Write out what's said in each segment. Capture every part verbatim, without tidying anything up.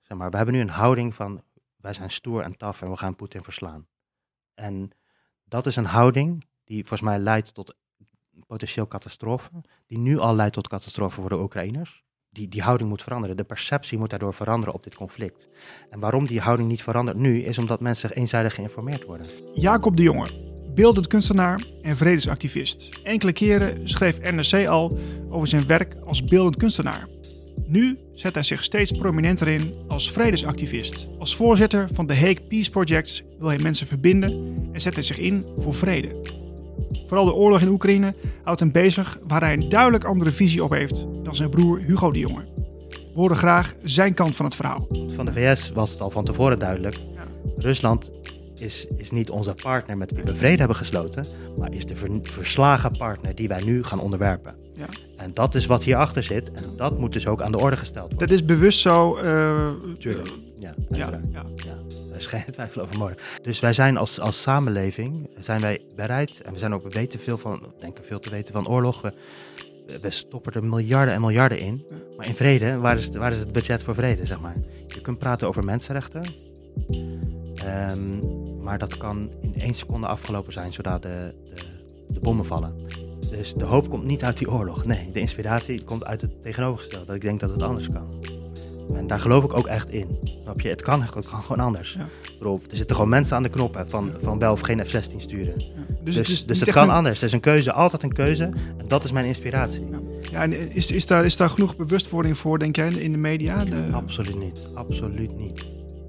Zeg maar, we hebben nu een houding van, wij zijn stoer en taf en we gaan Poetin verslaan. En dat is een houding die volgens mij leidt tot potentieel catastrofe, die nu al leidt tot catastrofe voor de Oekraïners. Die, die houding moet veranderen. De perceptie moet daardoor veranderen op dit conflict. En waarom die houding niet verandert nu, is omdat mensen eenzijdig geïnformeerd worden. Jacob de Jonge, beeldend kunstenaar en vredesactivist. Enkele keren schreef N R C al over zijn werk als beeldend kunstenaar. Nu zet hij zich steeds prominenter in als vredesactivist. Als voorzitter van de Hague Peace Projects wil hij mensen verbinden en zet hij zich in voor vrede. Vooral de oorlog in Oekraïne houdt hem bezig waar hij een duidelijk andere visie op heeft dan zijn broer Hugo de Jonge. We horen graag zijn kant van het verhaal. Van de V S was het al van tevoren duidelijk. Ja. Rusland is, is niet onze partner met wie we vrede hebben gesloten, maar is de ver, verslagen partner die wij nu gaan onderwerpen. Ja. En dat is wat hierachter zit en dat moet dus ook aan de orde gesteld worden. Dat is bewust zo. Uh, Tuurlijk, ja. Ja, ja. ja. ja. Daar is geen twijfel over mogelijk. Dus wij zijn als, als samenleving, zijn wij bereid, en we zijn ook, we weten veel van, denken veel te weten van oorlog, we, we stoppen er miljarden en miljarden in. Maar in vrede, waar is, waar is het budget voor vrede, zeg maar? Je kunt praten over mensenrechten, um, maar dat kan in één seconde afgelopen zijn, zodra de, de, de bommen vallen. Dus de hoop komt niet uit die oorlog. Nee, de inspiratie komt uit het tegenovergestelde. Dat ik denk dat het anders kan. En daar geloof ik ook echt in. Snap je? Het kan, het kan gewoon anders. Ja. Bro, er zitten gewoon mensen aan de knop hè, van, van wel of geen F zestien sturen. Ja. Dus, dus, dus, dus het kan een... anders. Het is een keuze, altijd een keuze. En dat is mijn inspiratie. Ja, ja en is, is, daar, is daar genoeg bewustwording voor, denk jij, in de media? De... Absoluut niet. Absoluut niet.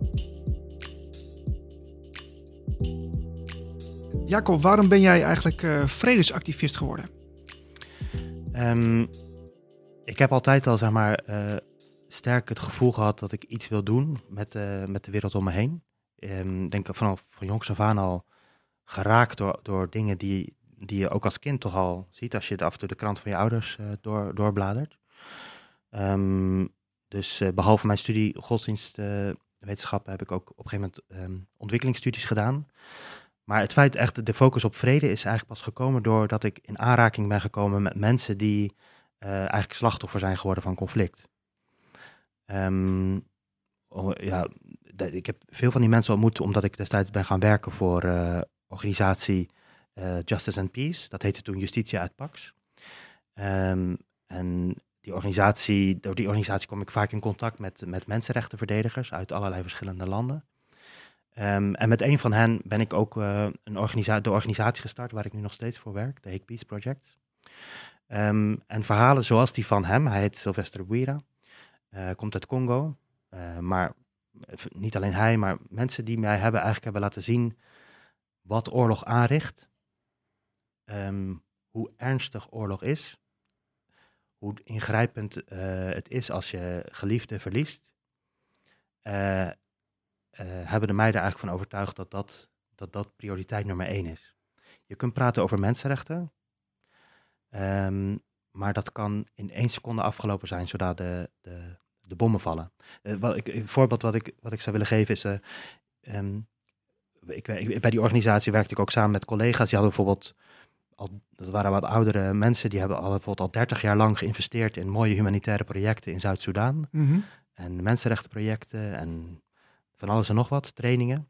Jacob, waarom ben jij eigenlijk uh, vredesactivist geworden? Um, ik heb altijd al, zeg maar, uh, sterk het gevoel gehad dat ik iets wil doen met, uh, met de wereld om me heen. Ik um, denk vanaf van jongs af aan al geraakt door, door dingen die, die je ook als kind toch al ziet als je af en toe de krant van je ouders uh, door, doorbladert. Um, dus uh, behalve mijn studie godsdienstwetenschappen uh, heb ik ook op een gegeven moment um, ontwikkelingsstudies gedaan. Maar het feit echt, de focus op vrede is eigenlijk pas gekomen doordat ik in aanraking ben gekomen met mensen die uh, eigenlijk slachtoffer zijn geworden van conflict. Um, oh, ja, de, ik heb veel van die mensen ontmoet omdat ik destijds ben gaan werken voor uh, organisatie uh, Justice and Peace. Dat heette toen Justitia et Pax. Um, en die organisatie, door die organisatie kwam ik vaak in contact met, met mensenrechtenverdedigers uit allerlei verschillende landen. Um, en met een van hen ben ik ook uh, een organisa- de organisatie gestart waar ik nu nog steeds voor werk, de Hague Peace Project. Um, en verhalen zoals die van hem, hij heet Sylvester Bouira, uh, komt uit Congo. Uh, maar niet alleen hij, maar mensen die mij hebben eigenlijk hebben laten zien wat oorlog aanricht. Um, hoe ernstig oorlog is. Hoe ingrijpend uh, het is als je geliefde verliest. Uh, Uh, hebben de meiden eigenlijk van overtuigd dat dat, dat dat prioriteit nummer één is. Je kunt praten over mensenrechten, um, maar dat kan in één seconde afgelopen zijn zodra de, de, de bommen vallen. Uh, wat ik, een voorbeeld wat ik, wat ik zou willen geven is, uh, um, ik, ik, bij die organisatie werkte ik ook samen met collega's, die hadden bijvoorbeeld, al, dat waren wat oudere mensen, die hebben al, bijvoorbeeld al dertig jaar lang geïnvesteerd in mooie humanitaire projecten in Zuid-Soedan. Mm-hmm. En mensenrechtenprojecten en van alles en nog wat, trainingen.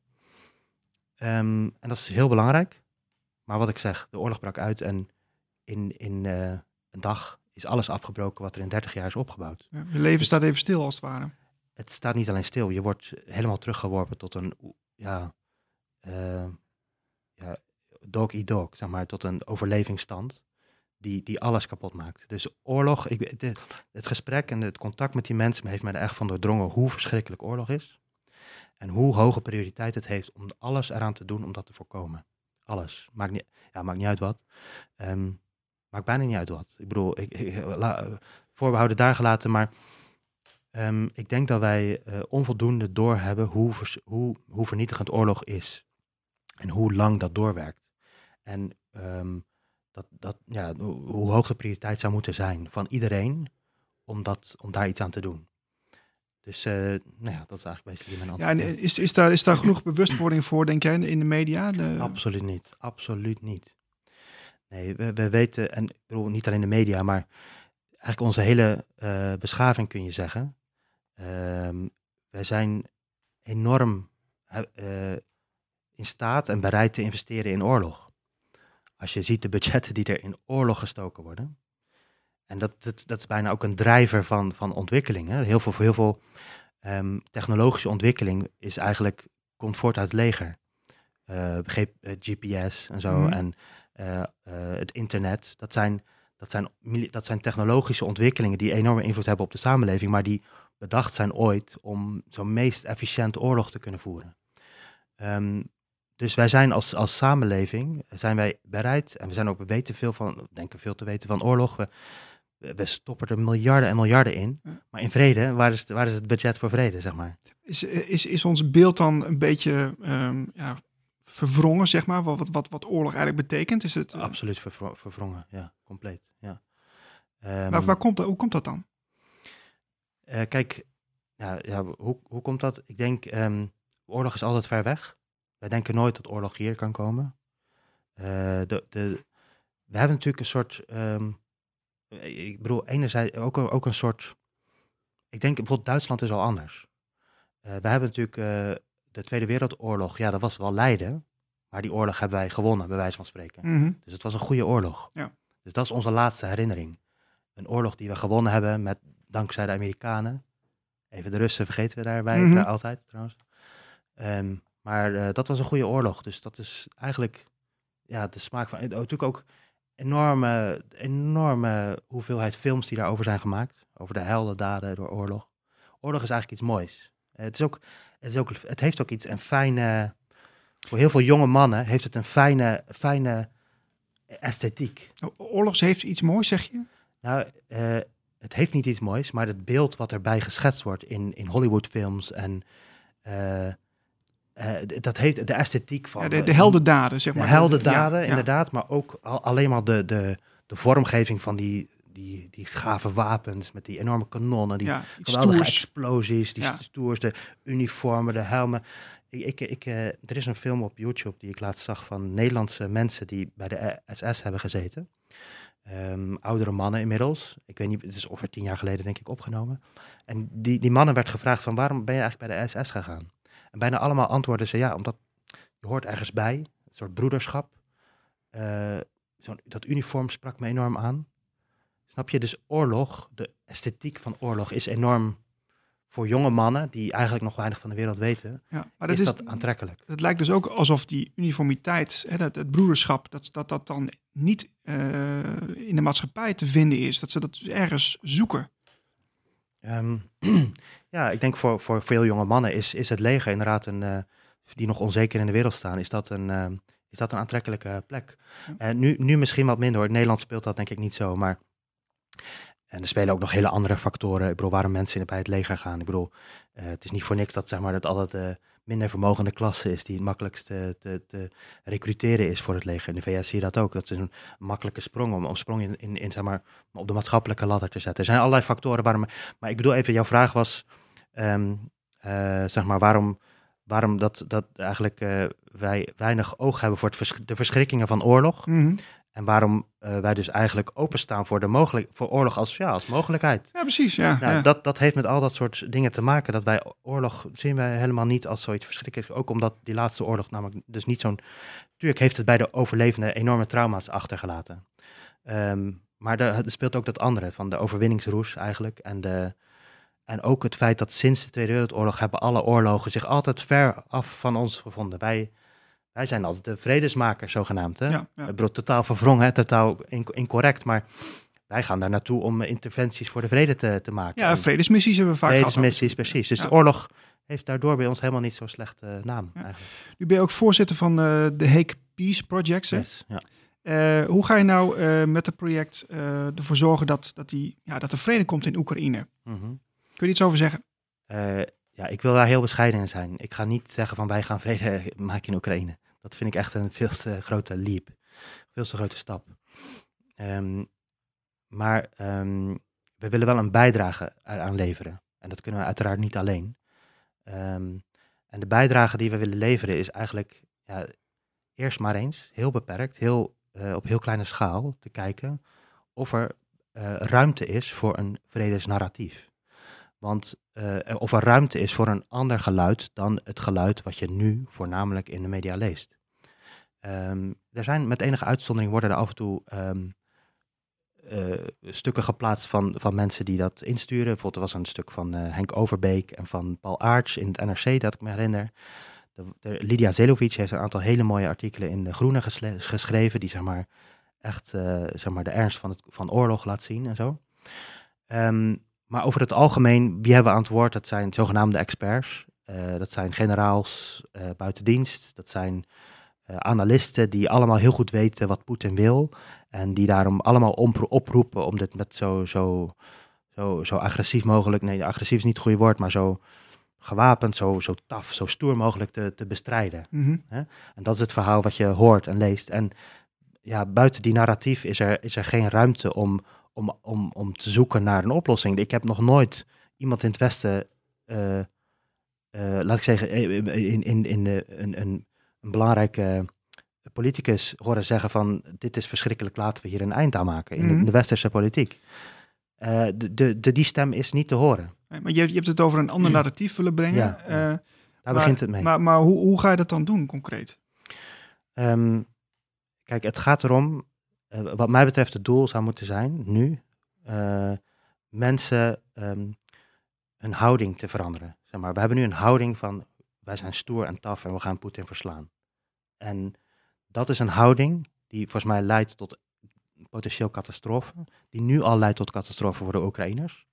Um, en dat is heel belangrijk. Maar wat ik zeg, de oorlog brak uit en in, in uh, een dag is alles afgebroken wat er in dertig jaar is opgebouwd. Ja, je leven staat even stil als het ware. Het staat niet alleen stil, je wordt helemaal teruggeworpen tot een, ja, uh, ja dog eat dog, zeg maar, tot een overlevingsstand die, die alles kapot maakt. Dus oorlog, ik, de, het gesprek en het contact met die mensen heeft mij er echt van doordrongen hoe verschrikkelijk oorlog is. En hoe hoge prioriteit het heeft om alles eraan te doen om dat te voorkomen. Alles. Maakt niet, ja, maakt niet uit wat. Um, maakt bijna niet uit wat. Ik bedoel, ik, ik, la, voorbehouden daar gelaten, maar um, ik denk dat wij uh, onvoldoende doorhebben hoe, vers, hoe, hoe vernietigend oorlog is. En hoe lang dat doorwerkt. En um, dat, dat, ja, hoe, hoe hoog de prioriteit zou moeten zijn van iedereen om, dat, om daar iets aan te doen. Dus uh, nou ja, dat is eigenlijk basically mijn antwoord. Ja, en is, is, daar, is daar genoeg bewustwording voor, denk jij, in de media? De... Absoluut niet. Absoluut niet. Nee, we, we weten, en ik bedoel niet alleen de media, maar eigenlijk onze hele uh, beschaving kun je zeggen. Um, wij zijn enorm uh, in staat en bereid te investeren in oorlog. Als je ziet de budgetten die er in oorlog gestoken worden. En dat, dat, dat is bijna ook een drijver van, van ontwikkeling. Hè? Heel veel, heel veel um, technologische ontwikkeling is eigenlijk, komt voort uit het leger. Uh, G P S en zo mm-hmm. en uh, uh, het internet. Dat zijn, dat, zijn, dat zijn technologische ontwikkelingen die enorme invloed hebben op de samenleving, maar die bedacht zijn ooit om zo'n meest efficiënt oorlog te kunnen voeren. Um, dus wij zijn als, als samenleving, zijn wij bereid, en we zijn ook, we weten veel van, we denken veel te weten van oorlog, we, we stoppen er miljarden en miljarden in, ja. Maar in vrede, waar is, waar is het budget voor vrede, zeg maar? Is, is, is ons beeld dan een beetje um, ja, verwrongen, zeg maar, wat, wat, wat oorlog eigenlijk betekent? Is het, uh... Absoluut verwr- verwrongen, ja, compleet, ja. Um, waar, waar komt dat, hoe komt dat dan? Uh, kijk, ja, ja, hoe, hoe komt dat? Ik denk, um, oorlog is altijd ver weg. Wij denken nooit dat oorlog hier kan komen. Uh, de, de, we hebben natuurlijk een soort, um, ik bedoel, enerzijds ook, ook een soort, ik denk bijvoorbeeld Duitsland is al anders. Uh, we hebben natuurlijk uh, de Tweede Wereldoorlog, ja, dat was wel lijden, maar die oorlog hebben wij gewonnen, bij wijze van spreken. Mm-hmm. Dus het was een goede oorlog. Ja. Dus dat is onze laatste herinnering. Een oorlog die we gewonnen hebben met, dankzij de Amerikanen. Even de Russen vergeten we daarbij, mm-hmm. daar altijd trouwens. Um, maar uh, dat was een goede oorlog. Dus dat is eigenlijk ja, de smaak van... Natuurlijk ook enorme, enorme hoeveelheid films die daarover zijn gemaakt. Over de heldendaden door oorlog. Oorlog is eigenlijk iets moois. Uh, het, is ook, het, is ook, het heeft ook iets, een fijne... Voor heel veel jonge mannen heeft het een fijne, fijne esthetiek. Oorlog heeft iets moois, zeg je? Nou, uh, het heeft niet iets moois, maar het beeld wat erbij geschetst wordt in, in Hollywoodfilms en... Uh, Uh, dat heet de esthetiek van... Ja, de, de heldendaden, zeg maar. De heldendaden, ja, inderdaad. Ja. Maar ook al, alleen maar de, de, de vormgeving van die, die, die gave wapens... met die enorme kanonnen, die ja, geweldige stoers. explosies, die ja. stoers, de uniformen, de helmen. Ik, ik, ik, uh, er is een film op YouTube die ik laatst zag van Nederlandse mensen... die bij de S S hebben gezeten. Um, oudere mannen inmiddels. Ik weet niet, het is ongeveer tien jaar geleden denk ik opgenomen. En die, die mannen werd gevraagd van... waarom ben je eigenlijk bij de S S gegaan? En bijna allemaal antwoorden ze ja, omdat je hoort ergens bij, een soort broederschap. Uh, zo'n, dat uniform sprak me enorm aan. Snap je? Dus oorlog, de esthetiek van oorlog is enorm voor jonge mannen, die eigenlijk nog weinig van de wereld weten, ja, maar dat is, is dat aantrekkelijk. Het lijkt dus ook alsof die uniformiteit, hè, dat, het broederschap, dat, dat dat dan niet uh, in de maatschappij te vinden is. Dat ze dat dus ergens zoeken. Um, ja, ik denk voor, voor veel jonge mannen is, is het leger inderdaad een, uh, die nog onzeker in de wereld staan, is dat een, uh, is dat een aantrekkelijke plek. Ja. Uh, nu, nu misschien wat minder hoor, in Nederland speelt dat denk ik niet zo, maar en er spelen ook nog hele andere factoren. Ik bedoel, waarom mensen bij het leger gaan. Ik bedoel, uh, het is niet voor niks dat zeg maar dat altijd de minder vermogende klasse is die het makkelijkst te, te, te recruteren is voor het leger. In de V S zie je dat ook. Dat is een makkelijke sprong om een sprong in, in, in zeg maar op de maatschappelijke ladder te zetten. Er zijn allerlei factoren waarom. Maar ik bedoel even, jouw vraag was, um, uh, zeg maar, waarom, waarom dat, dat eigenlijk uh, wij weinig oog hebben voor het vers- de verschrikkingen van oorlog. Mm-hmm. En waarom uh, wij dus eigenlijk openstaan voor, de mogelijk, voor oorlog als, ja, als mogelijkheid. Ja, precies. Ja, nou, ja. Dat, dat heeft met al dat soort dingen te maken. Dat wij oorlog zien wij helemaal niet als zoiets verschrikkelijks. Ook omdat die laatste oorlog namelijk dus niet zo'n... Tuurlijk heeft het bij de overlevenden enorme trauma's achtergelaten. Um, maar er, er speelt ook dat andere van de overwinningsroes eigenlijk. En, de, en ook het feit dat sinds de Tweede Wereldoorlog hebben alle oorlogen zich altijd ver af van ons gevonden. Wij... Wij zijn altijd de vredesmakers, zogenaamd. Hè? Ja, ja. Totaal verwrongen, totaal incorrect. Maar wij gaan daar naartoe om interventies voor de vrede te, te maken. Ja, vredesmissies hebben we vaak gehad. Vredesmissies, precies. Dus ja. de oorlog heeft daardoor bij ons helemaal niet zo'n slechte naam. Ja. Eigenlijk. Nu ben je ook voorzitter van uh, de Hague Peace Projects. Yes, ja. uh, hoe ga je nou uh, met het project uh, ervoor zorgen dat, dat, die, ja, dat er vrede komt in Oekraïne? Mm-hmm. Kun je iets over zeggen? Uh, ja, ik wil daar heel bescheiden in zijn. Ik ga niet zeggen van wij gaan vrede maken in Oekraïne. Dat vind ik echt een veel te grote leap. Veel te grote stap. Um, maar um, we willen wel een bijdrage eraan leveren. En dat kunnen we uiteraard niet alleen. Um, en de bijdrage die we willen leveren is eigenlijk... Ja, eerst maar eens, heel beperkt, heel, uh, op heel kleine schaal... te kijken of er uh, ruimte is voor een vredesnarratief. Want uh, of er ruimte is voor een ander geluid dan het geluid wat je nu voornamelijk in de media leest. Um, er zijn met enige uitzondering worden er af en toe um, uh, stukken geplaatst van, van mensen die dat insturen. Bijvoorbeeld er was een stuk van uh, Henk Overbeek en van Paul Aarts in het N R C, dat ik me herinner. De, de, Lydia Zelovic heeft een aantal hele mooie artikelen in De Groene gesle- geschreven, die zeg maar echt uh, zeg maar de ernst van, het, van oorlog laat zien en zo. Um, maar over het algemeen, wie hebben we aan het woord? Dat zijn zogenaamde experts. Uh, dat zijn generaals uh, buiten dienst. Dat zijn uh, analisten die allemaal heel goed weten wat Poetin wil. En die daarom allemaal ompro- oproepen om dit met zo, zo, zo, zo agressief mogelijk... Nee, agressief is niet het goede woord, maar zo gewapend, zo, zo taf, zo stoer mogelijk te, te bestrijden. Mm-hmm. Hè? En dat is het verhaal wat je hoort en leest. En ja, buiten die narratief is er, is er geen ruimte om... Om, om, om te zoeken naar een oplossing. Ik heb nog nooit iemand in het Westen, uh, uh, laat ik zeggen, in, in, in de, een, een, een belangrijke politicus horen zeggen van dit is verschrikkelijk, laten we hier een eind aan maken in, mm-hmm. de, in de westerse politiek. Uh, de, de, de, die stem is niet te horen. Nee, maar je, je hebt het over een ander narratief willen brengen. Ja, ja. Uh, Daar maar, begint het mee. Maar, maar hoe, hoe ga je dat dan doen, concreet? Um, kijk, het gaat erom... Uh, wat mij betreft het doel zou moeten zijn, nu, uh, mensen um, hun houding te veranderen. Zeg maar, we hebben nu een houding van, wij zijn stoer en taf en we gaan Poetin verslaan. En dat is een houding die volgens mij leidt tot potentieel catastrofe, die nu al leidt tot catastrofe voor de Oekraïners.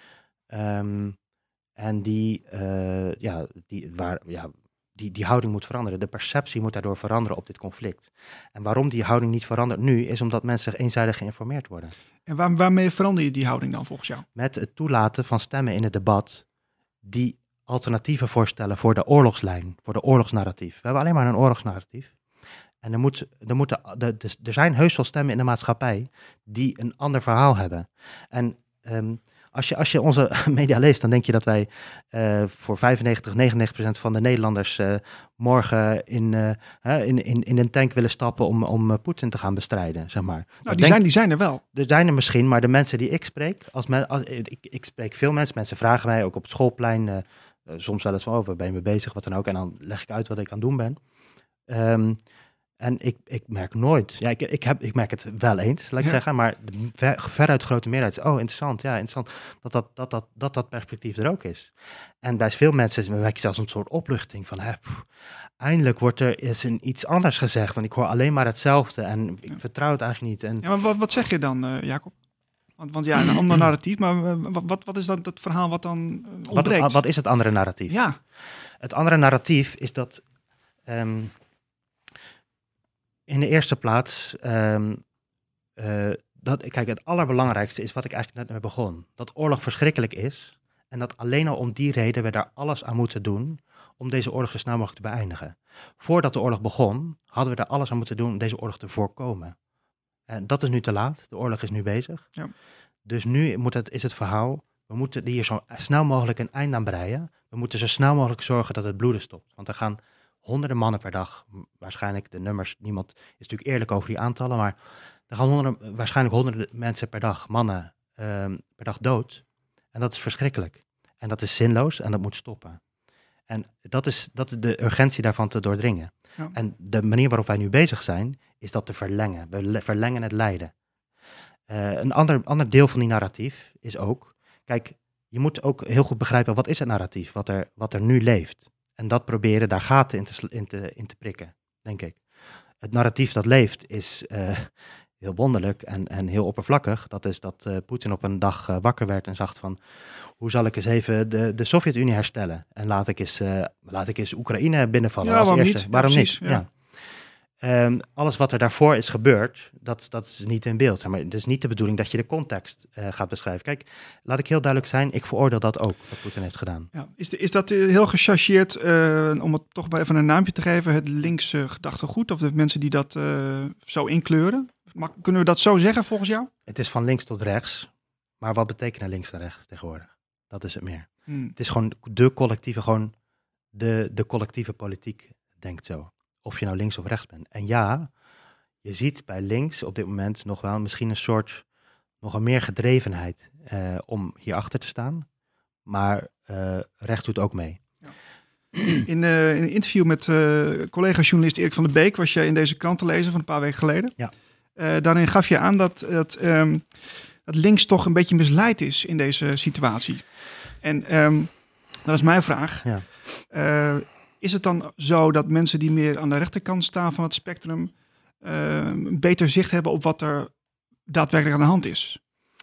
Um, en die, uh, ja, die, waar, ja, Die, die houding moet veranderen. De perceptie moet daardoor veranderen op dit conflict. En waarom die houding niet verandert nu, is omdat mensen eenzijdig geïnformeerd worden. En waar, waarmee verander je die houding dan volgens jou? Met het toelaten van stemmen in het debat die alternatieven voorstellen voor de oorlogslijn, voor de oorlogsnarratief. We hebben alleen maar een oorlogsnarratief. En er, moet, er, moeten, er, er zijn heus wel stemmen in de maatschappij die een ander verhaal hebben. En... Um, Als je, als je onze media leest, dan denk je dat wij uh, voor vijfennegentig, negenennegentig procent van de Nederlanders uh, morgen in, uh, in, in, in een tank willen stappen om, om uh, Poetin te gaan bestrijden, zeg maar. Nou, die, denk, zijn, die zijn er wel. Er zijn er misschien, maar de mensen die ik spreek, als men, als, ik, ik spreek veel mensen, mensen vragen mij ook op het schoolplein, uh, uh, soms wel eens van, oh, waar ben je mee bezig, wat dan ook, en dan leg ik uit wat ik aan het doen ben. Um, En ik, ik merk nooit, ja, ik, ik, heb, ik merk het wel eens, laat ik ja. zeggen, maar de ver, veruit grote meerderheid is, oh, interessant, ja, interessant, dat dat, dat, dat, dat, dat perspectief er ook is. En bij veel mensen merk je zelfs een soort opluchting van, hè, pff, eindelijk wordt er is een iets anders gezegd, want ik hoor alleen maar hetzelfde en ik ja. vertrouw het eigenlijk niet. En... Ja, maar wat, wat zeg je dan, uh, Jacob? Want, want ja, een ander narratief, maar uh, wat, wat is dan dat verhaal wat dan uh, ontbreekt? Wat, wat is het andere narratief? Ja. Het andere narratief is dat... Um, In de eerste plaats, um, uh, dat, kijk, het allerbelangrijkste is wat ik eigenlijk net mee begon. Dat oorlog verschrikkelijk is en dat alleen al om die reden we daar alles aan moeten doen om deze oorlog zo snel mogelijk te beëindigen. Voordat de oorlog begon, hadden we er alles aan moeten doen om deze oorlog te voorkomen. En dat is nu te laat, de oorlog is nu bezig. Ja. Dus nu moet het, is het verhaal, we moeten hier zo snel mogelijk een eind aan breien. We moeten zo snel mogelijk zorgen dat het bloeden stopt. Want er gaan... honderden mannen per dag, waarschijnlijk de nummers, niemand is natuurlijk eerlijk over die aantallen, maar er gaan honderden, waarschijnlijk honderden mensen per dag, mannen, um, per dag dood. En dat is verschrikkelijk. En dat is zinloos en dat moet stoppen. En dat is, dat is de urgentie daarvan te doordringen. Ja. En de manier waarop wij nu bezig zijn, is dat te verlengen. We le- verlengen het lijden. Uh, een ander, ander deel van die narratief is ook, kijk, je moet ook heel goed begrijpen, wat is het narratief, wat er, wat er nu leeft. En dat proberen daar gaten in te, in te, in te prikken, denk ik. Het narratief dat leeft is uh, heel wonderlijk en, en heel oppervlakkig. Dat is dat uh, Poetin op een dag uh, wakker werd en zag van... hoe zal ik eens even de, de Sovjet-Unie herstellen? En laat ik eens, uh, laat ik eens Oekraïne binnenvallen ja, als waarom eerste. Niet? Waarom ja, precies, niet? Ja. Ja. Um, alles wat er daarvoor is gebeurd, dat, dat is niet in beeld. Zeg maar, het is niet de bedoeling dat je de context uh, gaat beschrijven. Kijk, laat ik heel duidelijk zijn, ik veroordeel dat ook, wat Poetin heeft gedaan. Ja, is, de, is dat heel gechargeerd, uh, om het toch maar even een naampje te geven, het linkse gedachtegoed, of de mensen die dat uh, zo inkleuren? Maar kunnen we dat zo zeggen volgens jou? Het is van links tot rechts, maar wat betekent links en rechts tegenwoordig? Dat is het meer. Hmm. Het is gewoon de collectieve, gewoon de, de collectieve politiek denkt zo. Of je nou links of rechts bent. En ja, je ziet bij links op dit moment nog wel misschien een soort, nog een meer gedrevenheid uh, om hierachter te staan. Maar uh, rechts doet ook mee. Ja. In, uh, in een interview met uh, collega-journalist Erik van der Beek was je in deze krant te lezen van een paar weken geleden. Ja. Uh, daarin gaf je aan dat, dat, um, dat links toch een beetje misleid is in deze situatie. En um, dat is mijn vraag. Ja. Uh, is het dan zo dat mensen die meer aan de rechterkant staan van het spectrum uh, beter zicht hebben op wat er daadwerkelijk aan de hand is?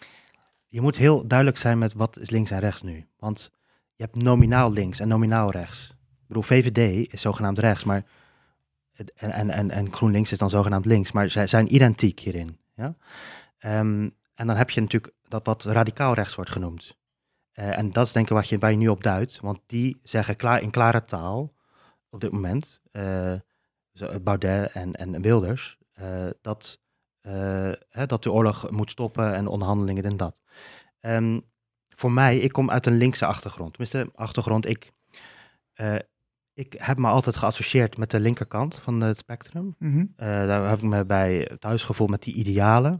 Je moet heel duidelijk zijn met wat is links en rechts nu. Want je hebt nominaal links en nominaal rechts. Ik bedoel, V V D is zogenaamd rechts, maar en, en, en, en GroenLinks is dan zogenaamd links, maar zij zijn identiek hierin. Ja? Um, en dan heb je natuurlijk dat wat radicaal rechts wordt genoemd. Uh, en dat is denk ik wat je bij je nu op duidt, want die zeggen klaar, in klare taal op dit moment, uh, Baudet en, en Wilders, uh, dat, uh, hè, dat de oorlog moet stoppen en onderhandelingen en dat. Um, voor mij, ik kom uit een linkse achtergrond. Tenminste, achtergrond, ik, uh, ik heb me altijd geassocieerd met de linkerkant van het spectrum. Mm-hmm. Uh, daar heb ik me bij thuis gevoeld met die idealen.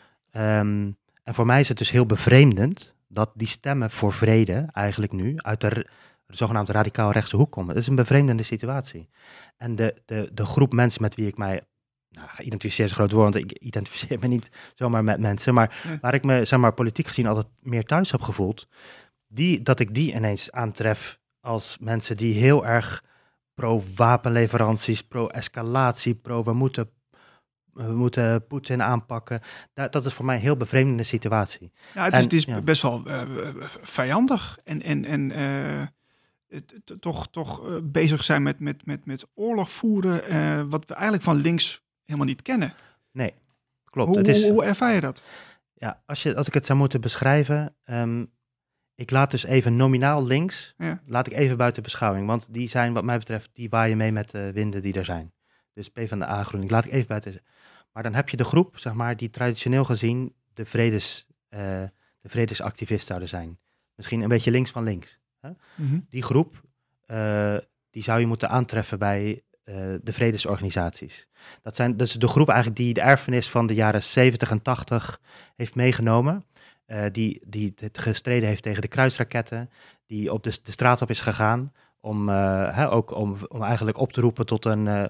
Um, en voor mij is het dus heel bevreemdend dat die stemmen voor vrede eigenlijk nu uit de, de zogenaamde radicaal rechtse hoek komen. Dat is een bevreemdende situatie. En de, de, de groep mensen met wie ik mij, nou, geïdentificeerd is een groot woord, want ik identificeer me niet zomaar met mensen, maar ja. waar ik me, zeg maar, politiek gezien altijd meer thuis heb gevoeld, die, dat ik die ineens aantref als mensen die heel erg pro-wapenleveranties, pro-escalatie, pro we moeten, we moeten Poetin aanpakken. Dat, dat is voor mij een heel bevreemdende situatie. Ja, het is, en, het is ja. best wel uh, vijandig en, en, en uh, t- t- toch, toch uh, bezig zijn met, met, met, met oorlog voeren, uh, wat we eigenlijk van links helemaal niet kennen. Nee, klopt. Hoe, het is, hoe ervaar je dat? Ja, als, je, als ik het zou moeten beschrijven, um, ik laat dus even nominaal links, ja. laat ik even buiten beschouwing, want die zijn wat mij betreft, die waaien mee met de winden die er zijn. Dus PvdA, GroenLinks, laat ik even buiten. Maar dan heb je de groep, zeg maar, die traditioneel gezien de, vredes, uh, de vredesactivist zouden zijn. Misschien een beetje links van links. Hè? Mm-hmm. Die groep, uh, die zou je moeten aantreffen bij uh, de vredesorganisaties. Dat zijn dus de groep eigenlijk die de erfenis van de jaren zeventig en tachtig heeft meegenomen. Uh, die, die het gestreden heeft tegen de kruisraketten, die op de, de straat op is gegaan om, uh, hè, ook om, om eigenlijk op te roepen tot een uh,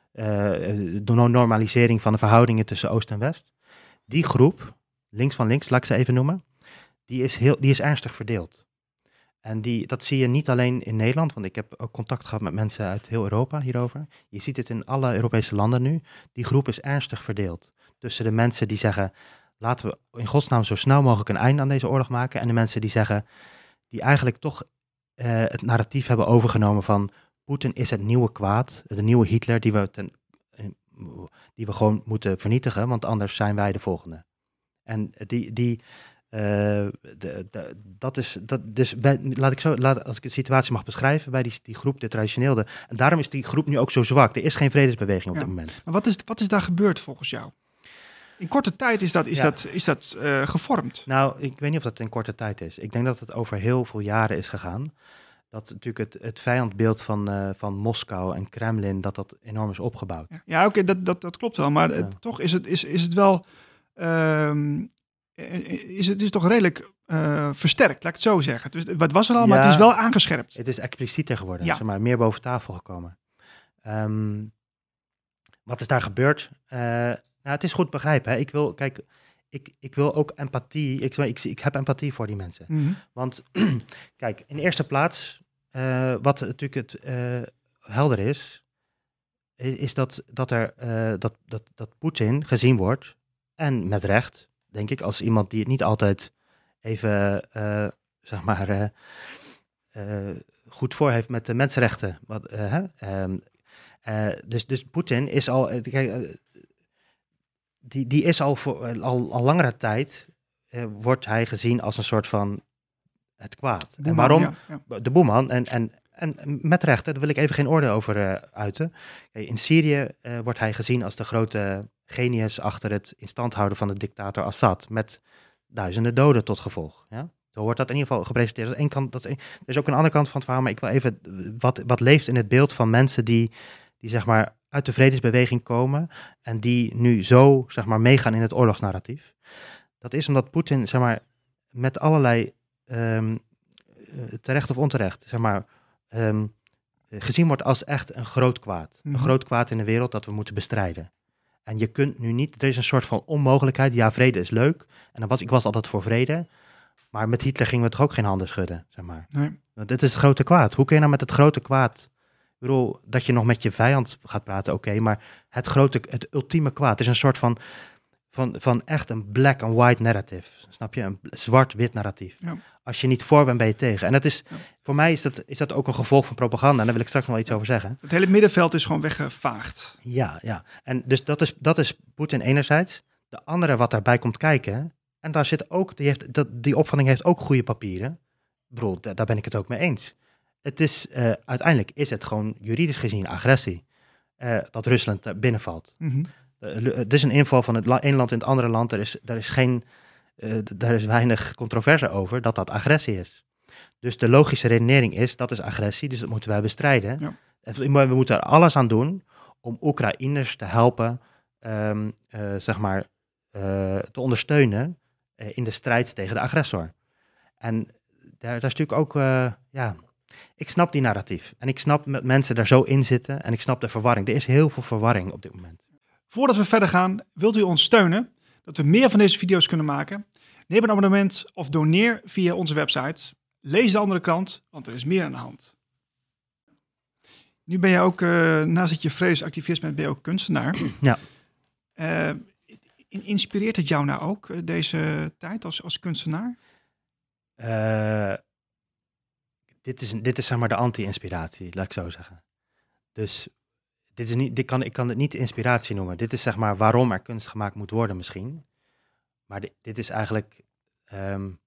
uh, de normalisering van de verhoudingen tussen Oost en West. Die groep, links van links, laat ik ze even noemen, die is, heel, die is ernstig verdeeld. En die, dat zie je niet alleen in Nederland, want ik heb ook contact gehad met mensen uit heel Europa hierover. Je ziet het in alle Europese landen nu. Die groep is ernstig verdeeld tussen de mensen die zeggen, laten we in godsnaam zo snel mogelijk een einde aan deze oorlog maken. En de mensen die zeggen, die eigenlijk toch uh, het narratief hebben overgenomen van Poetin is het nieuwe kwaad, de nieuwe Hitler die we, ten, die we gewoon moeten vernietigen, want anders zijn wij de volgende. En die, die uh, de, de, dat is, dat, dus bij, laat ik zo, laat, als ik de situatie mag beschrijven bij die, die groep, de traditionele, en daarom is die groep nu ook zo zwak. Er is geen vredesbeweging op ja. dit moment. Maar wat is, wat is daar gebeurd volgens jou? In korte tijd is dat, is ja. dat, is dat uh, gevormd. Nou, ik weet niet of dat in korte tijd is. Ik denk dat het over heel veel jaren is gegaan. Dat natuurlijk het, het vijandbeeld van, uh, van Moskou en Kremlin, dat dat enorm is opgebouwd. Ja, ja oké, okay, dat, dat, dat klopt wel. Maar ja. het, toch is het, is, is het wel, um, is het is toch redelijk uh, versterkt, laat ik het zo zeggen. Dus, wat was er al, ja, maar het is wel aangescherpt. Het is explicieter geworden, ja. zeg maar, meer boven tafel gekomen. Um, wat is daar gebeurd? Uh, Nou, het is goed begrijpen. Hè. Ik wil, kijk, ik, ik wil ook empathie. Ik, ik, ik heb empathie voor die mensen. Mm-hmm. Want, kijk, in de eerste plaats, uh, wat natuurlijk het uh, helder is, is, is dat, dat er uh, dat, dat, dat Poetin gezien wordt, en met recht, denk ik, als iemand die het niet altijd even, uh, zeg maar, uh, uh, goed voor heeft met de mensenrechten. Wat, uh, hè? Um, uh, dus, dus Poetin is al. Uh, kijk, uh, Die, die is al voor al, al langere tijd, uh, wordt hij gezien als een soort van het kwaad. Boeman, en waarom? Ja, ja. De boeman. En, en, en met recht, daar wil ik even geen oordeel over uh, uiten. In Syrië uh, wordt hij gezien als de grote genius achter het in stand houden van de dictator Assad. Met duizenden doden tot gevolg. Ja? Zo wordt dat in ieder geval gepresenteerd. Dat is één kant, dat is één, er is ook een andere kant van het verhaal, maar ik wil even wat, wat leeft in het beeld van mensen die, die zeg maar uit de vredesbeweging komen en die nu zo, zeg maar, meegaan in het oorlogsnarratief. Dat is omdat Poetin, zeg maar, met allerlei um, terecht of onterecht, zeg maar, um, gezien wordt als echt een groot kwaad. Mm-hmm. Een groot kwaad in de wereld dat we moeten bestrijden. En je kunt nu niet, er is een soort van onmogelijkheid. Ja, vrede is leuk. En dan was, ik was altijd voor vrede. Maar met Hitler gingen we toch ook geen handen schudden, zeg maar. Nee. Want dit is het grote kwaad. Hoe kun je nou met het grote kwaad... Ik bedoel, dat je nog met je vijand gaat praten, oké. Okay, maar het grote, het ultieme kwaad is een soort van... Van, van echt een black and white narrative. Snap je? Een zwart-wit narratief. Ja. Als je niet voor bent, ben je tegen. En dat is, ja. voor mij is dat, is dat ook een gevolg van propaganda. En daar wil ik straks nog wel iets over zeggen. Het hele middenveld is gewoon weggevaagd. Ja, ja. En dus dat is, dat is Poetin enerzijds. De andere wat daarbij komt kijken... En daar zit ook, die, heeft, dat, die opvatting heeft ook goede papieren. Ik bedoel, daar, daar ben ik het ook mee eens. Het is, uh, uiteindelijk is het gewoon juridisch gezien agressie. Uh, dat Rusland uh, binnenvalt. Mm-hmm. Uh, het is een inval van het la- een land in het andere land. Er is, er is, geen, uh, daar is weinig controverse over dat dat agressie is. Dus de logische redenering is, dat is agressie, dus dat moeten wij bestrijden. Ja. We moeten er alles aan doen om Oekraïners te helpen, um, uh, zeg maar, uh, te ondersteunen uh, in de strijd tegen de agressor. En daar, daar is natuurlijk ook, uh, ja, ik snap die narratief. En ik snap dat mensen daar zo in zitten en ik snap de verwarring. Er is heel veel verwarring op dit moment. Voordat we verder gaan, wilt u ons steunen, dat we meer van deze video's kunnen maken? Neem een abonnement of doneer via onze website. Lees de andere krant, want er is meer aan de hand. Nu ben je ook, uh, naast dat je vredesactivist bent, ben je ook kunstenaar. Ja. Uh, inspireert het jou nou ook, uh, deze tijd als, als kunstenaar? Uh, dit, is, dit is zeg maar de anti-inspiratie, laat ik zo zeggen. Dus dit is niet, dit kan, ik kan het niet inspiratie noemen. Dit is zeg maar waarom er kunst gemaakt moet worden misschien. Maar dit, dit is eigenlijk... Um,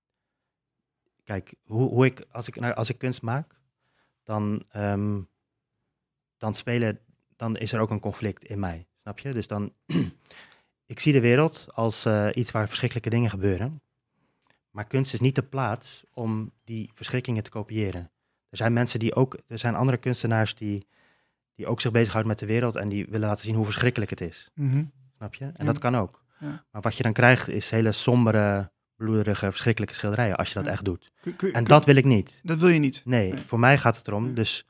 kijk, hoe, hoe ik, als ik, als ik kunst maak, dan, um, dan spelen, dan is er ook een conflict in mij, snap je? Dus dan, ik zie de wereld als uh, iets waar verschrikkelijke dingen gebeuren. Maar kunst is niet de plaats om die verschrikkingen te kopiëren. Er zijn mensen die ook, er zijn andere kunstenaars die, die ook zich bezighouden met de wereld en die willen laten zien hoe verschrikkelijk het is. Mm-hmm. Snap je? En ja. dat kan ook. Ja. Maar wat je dan krijgt is hele sombere, bloederige, verschrikkelijke schilderijen als je dat ja. echt doet. Kun, kun, en dat wil ik niet. Dat wil je niet? Nee, nee. Voor mij gaat het erom, dus,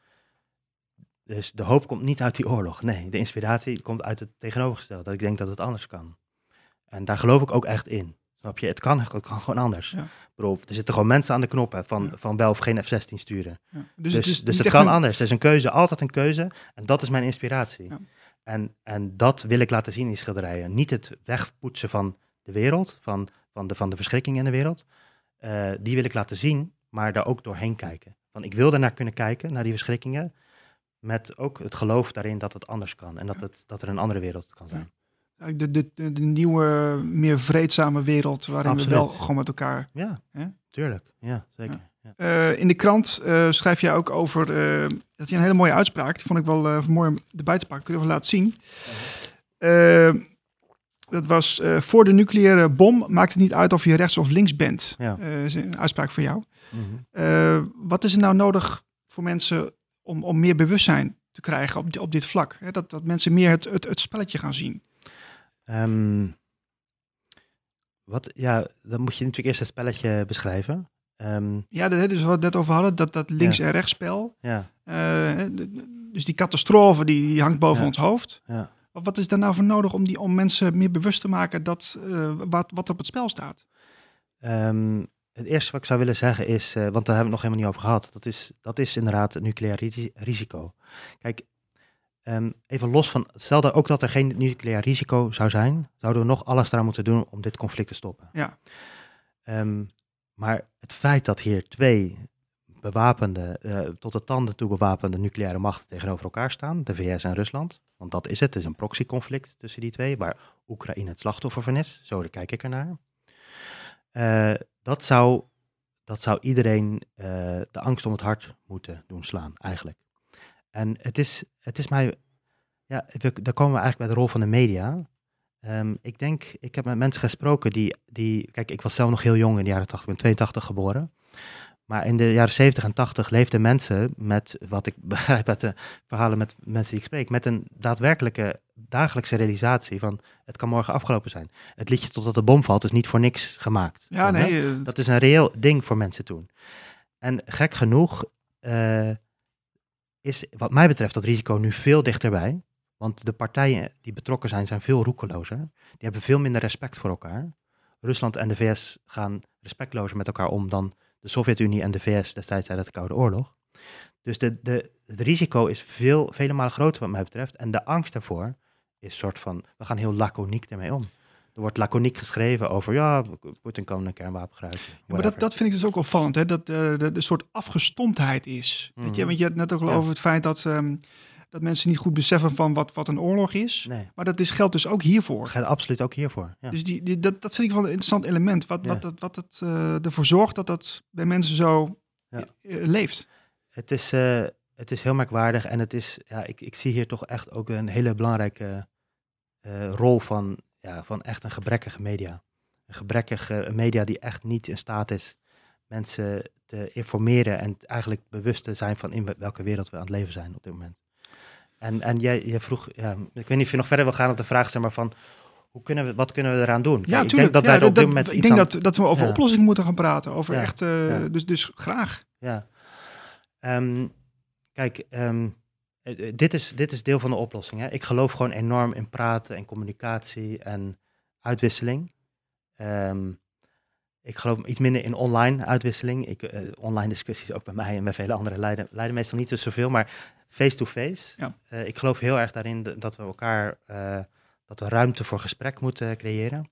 dus de hoop komt niet uit die oorlog. Nee, de inspiratie komt uit het tegenovergestelde, dat ik denk dat het anders kan. En daar geloof ik ook echt in. Snap je? Het kan, het kan gewoon anders. Ja. Bedoel, er zitten gewoon mensen aan de knoppen van, ja. van wel of geen F zestien sturen. Ja. Dus, dus, dus, dus het kan een... anders. Het is een keuze, altijd een keuze. En dat is mijn inspiratie. Ja. En, en dat wil ik laten zien in die schilderijen. Niet het wegpoetsen van de wereld, van, van, de, van de verschrikking in de wereld. Uh, die wil ik laten zien, maar daar ook doorheen kijken. Want ik wil ernaar kunnen kijken, naar die verschrikkingen, met ook het geloof daarin dat het anders kan. En dat, het, dat er een andere wereld kan zijn. Ja. De, de, de, de nieuwe, meer vreedzame wereld waarin Absoluut. we wel gewoon met elkaar... Ja, hè? Tuurlijk. Ja, zeker. Ja. Ja. Uh, in de krant uh, schrijf je ook over... Uh, dat je een hele mooie uitspraak, die vond ik wel uh, mooi om erbij te pakken. Kun je wel laten zien. Uh, dat was, uh, voor de nucleaire bom maakt het niet uit of je rechts of links bent. Ja. Uh, is een uitspraak van jou. Mm-hmm. Uh, wat is er nou nodig voor mensen om, om meer bewustzijn te krijgen op, op dit vlak? Hè? Dat, dat mensen meer het, het, het spelletje gaan zien. Um, wat, ja, dan moet je natuurlijk eerst het spelletje beschrijven. Um, ja, dat is wat we net over hadden, dat, dat links- ja. en rechtsspel. Ja. Uh, dus die catastrofe die, die hangt boven ja. ons hoofd. Ja. Wat is daar nou voor nodig om, die, om mensen meer bewust te maken dat, uh, wat, wat er op het spel staat? Um, het eerste wat ik zou willen zeggen is, uh, want daar hebben we het nog helemaal niet over gehad, dat is, dat is inderdaad het nucleair ri- risico. Kijk, Um, even los van, stel dat ook dat er geen nucleair risico zou zijn, zouden we nog alles eraan moeten doen om dit conflict te stoppen. Ja. Um, maar het feit dat hier twee bewapende, uh, tot de tanden toe bewapende nucleaire machten tegenover elkaar staan, de V S en Rusland, want dat is het, het is een proxyconflict tussen die twee, waar Oekraïne het slachtoffer van is, zo daar kijk ik ernaar. Uh, dat zou, dat zou iedereen uh, de angst om het hart moeten doen slaan, eigenlijk. En het is, het is mij, ja, we, daar komen we eigenlijk bij de rol van de media. Um, ik denk, ik heb met mensen gesproken die, die, kijk, ik was zelf nog heel jong in de jaren tachtig, ik ben tweeëntachtig geboren. Maar in de jaren zeventig en tachtig leefden mensen met, wat ik begrijp uit de verhalen met mensen die ik spreek, met een daadwerkelijke dagelijkse realisatie van, het kan morgen afgelopen zijn. Het liedje Totdat de bom valt is niet voor niks gemaakt. Ja, dan, nee. Uh... Dat is een reëel ding voor mensen toen. En gek genoeg uh, is wat mij betreft dat risico nu veel dichterbij. Want de partijen die betrokken zijn, zijn veel roekelozer. Die hebben veel minder respect voor elkaar. Rusland en de V S gaan respectlozer met elkaar om dan de Sovjet-Unie en de V S destijds tijdens de Koude Oorlog. Dus de, de, het risico is veel, vele malen groter wat mij betreft. En de angst daarvoor is een soort van, we gaan heel laconiek ermee om. Er wordt laconiek geschreven over, ja, Poetin kan een kernwapen gebruiken. Ja, maar dat, dat vind ik dus ook opvallend, hè? Dat uh, de, de soort afgestomptheid is. Mm-hmm. Weet je, want je had net ook al ja. over het feit dat, um, dat mensen niet goed beseffen van wat, wat een oorlog is. Nee. Maar dat is, geldt dus ook hiervoor. Dat geldt absoluut ook hiervoor. Ja. Dus die, die, dat, dat vind ik wel een interessant element. Wat, ja. wat, wat, wat het uh, ervoor zorgt dat dat bij mensen zo ja. uh, leeft. Het is, uh, het is heel merkwaardig en het is, ja, ik, ik zie hier toch echt ook een hele belangrijke uh, rol van, ja, van echt een gebrekkige media. Een gebrekkige media die echt niet in staat is mensen te informeren en eigenlijk bewust te zijn van in welke wereld we aan het leven zijn op dit moment. En, en jij, jij vroeg, ja, ik weet niet of je nog verder wil gaan op de vraag, zeg maar, van hoe kunnen we, wat kunnen we eraan doen? Ja, Kijk, ik denk dat wij ja, er op dat, dit moment ik iets denk aan... dat, dat we over ja. oplossingen moeten gaan praten. Over ja. echt, uh, ja. dus, dus graag. Ja. Um, kijk, um, dit, is, dit is deel van de oplossing. Hè. Ik geloof gewoon enorm in praten en communicatie en uitwisseling. Um, ik geloof iets minder in online uitwisseling. Ik, uh, online discussies ook bij mij en bij vele anderen leiden, leiden meestal niet dus zoveel, maar face-to-face. Ja. Uh, ik geloof heel erg daarin de, dat we elkaar, uh, dat we ruimte voor gesprek moeten creëren.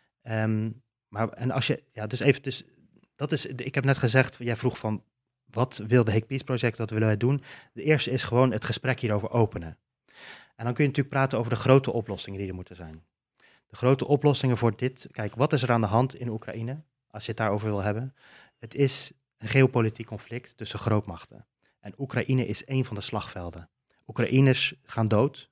Um, maar en als je, ja, dus even, dus dat is, ik heb net gezegd, jij vroeg van, wat wil de Hague Peace Project, wat willen wij doen? De eerste is gewoon het gesprek hierover openen. En dan kun je natuurlijk praten over de grote oplossingen die er moeten zijn. De grote oplossingen voor dit, kijk, wat is er aan de hand in Oekraïne, als je het daarover wil hebben? Het is een geopolitiek conflict tussen grootmachten. En Oekraïne is één van de slagvelden. Oekraïners gaan dood,